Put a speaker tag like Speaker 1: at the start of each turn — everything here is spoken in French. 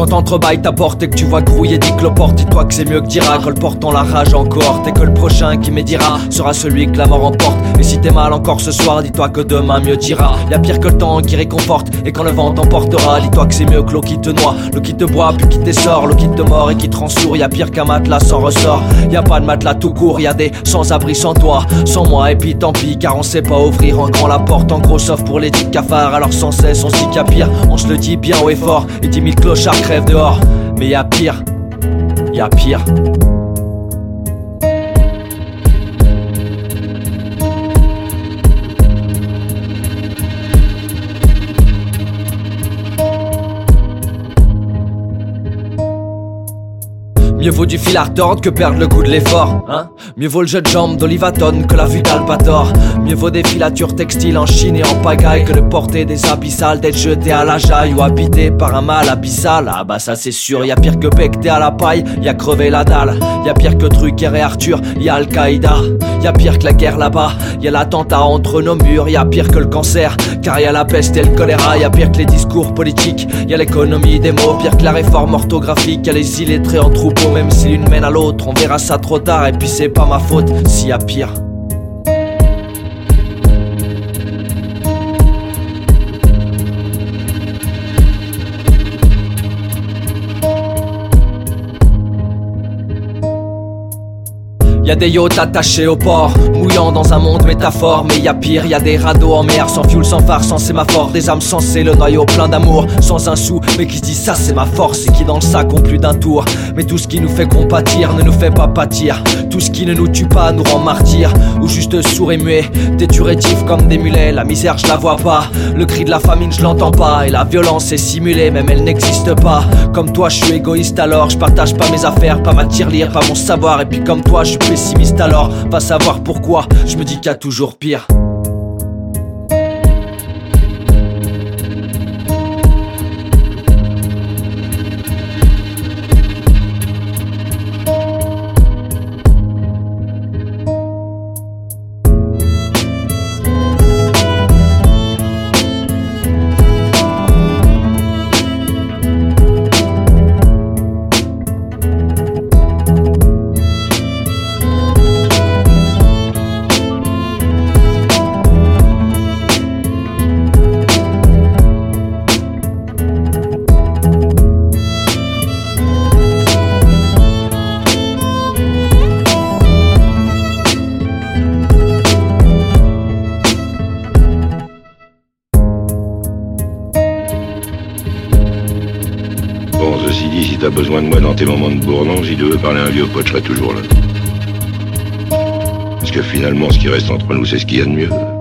Speaker 1: Quand t'entrebâilles ta porte et que tu vois grouiller des cloportes, dis-toi que c'est mieux que dira colportant la rage en cohorte. Et que le prochain qui médira sera celui que la mort emporte. Et si t'es mal encore ce soir, dis-toi que demain mieux dira. Y'a pire que le temps qui réconforte. Et quand le vent t'emportera, dis-toi que c'est mieux que l'eau qui te noie, l'eau qui te boit puis qui t'essore, l'eau qui te mord et qui te rend sourd. Y'a pire qu'un matelas sans ressort. Y'a pas de matelas tout court, y'a des sans-abri sans toi, sans moi et puis tant pis, car on sait pas ouvrir en grand la porte. En gros sauf pour les dits cafards, alors sans cesse on se dit qu'il y a pire. On se le dit bien haut et fort, et 10 000 clochards crèvent dehors. Mais y'a pire, y'a pire. Mieux vaut du fil à retordre que perdre le goût de l'effort, hein. Mieux vaut le jeu de jambes d'Olivaton que la vue d'Albator. Mieux vaut des filatures textiles en Chine et en pagaille que de porter des abyssales, d'être jeté à la jaille ou habité par un mal abyssal. Ah bah ça c'est sûr, y'a pire que becté à la paille, y'a crevé la dalle. Y'a pire que Drucker et Arthur, y'a Al-Qaïda. Y'a pire que la guerre là-bas, y'a l'attentat entre nos murs. Y'a pire que le cancer, car y'a la peste et le choléra. Y'a pire que les discours politiques, y'a l'économie des mots. Pire que la réforme orthographique, y'a les illettrés en troupeau. Même si l'une mène à l'autre, on verra ça trop tard. Et puis c'est pas ma faute s'il y a pire. Y'a des yachts attachés au port, mouillant dans un monde métaphore. Mais y'a pire, y'a des radeaux en mer, sans fuel, sans phare, sans sémaphore. Des âmes sensées, le noyau plein d'amour, sans un sou, mais qui se disent ça c'est ma force. Et qui dans le sac ont plus d'un tour. Mais tout ce qui nous fait compatir ne nous fait pas pâtir. Tout ce qui ne nous tue pas nous rend martyrs. Ou juste sourds et muets, têtus rétifs comme des mulets. La misère je la vois pas, le cri de la famine je l'entends pas. Et la violence est simulée, même elle n'existe pas. Comme toi je suis égoïste alors, je partage pas mes affaires, pas ma tirelire, pas mon savoir. Et puis comme toi je suis pessimiste alors, va savoir pourquoi, je me dis qu'il y a toujours pire.
Speaker 2: Ceci dit, si t'as besoin de moi dans tes moments de bourdon, si tu veux parler à un vieux pote, je serai toujours là. Parce que finalement, ce qui reste entre nous, c'est ce qu'il y a de mieux.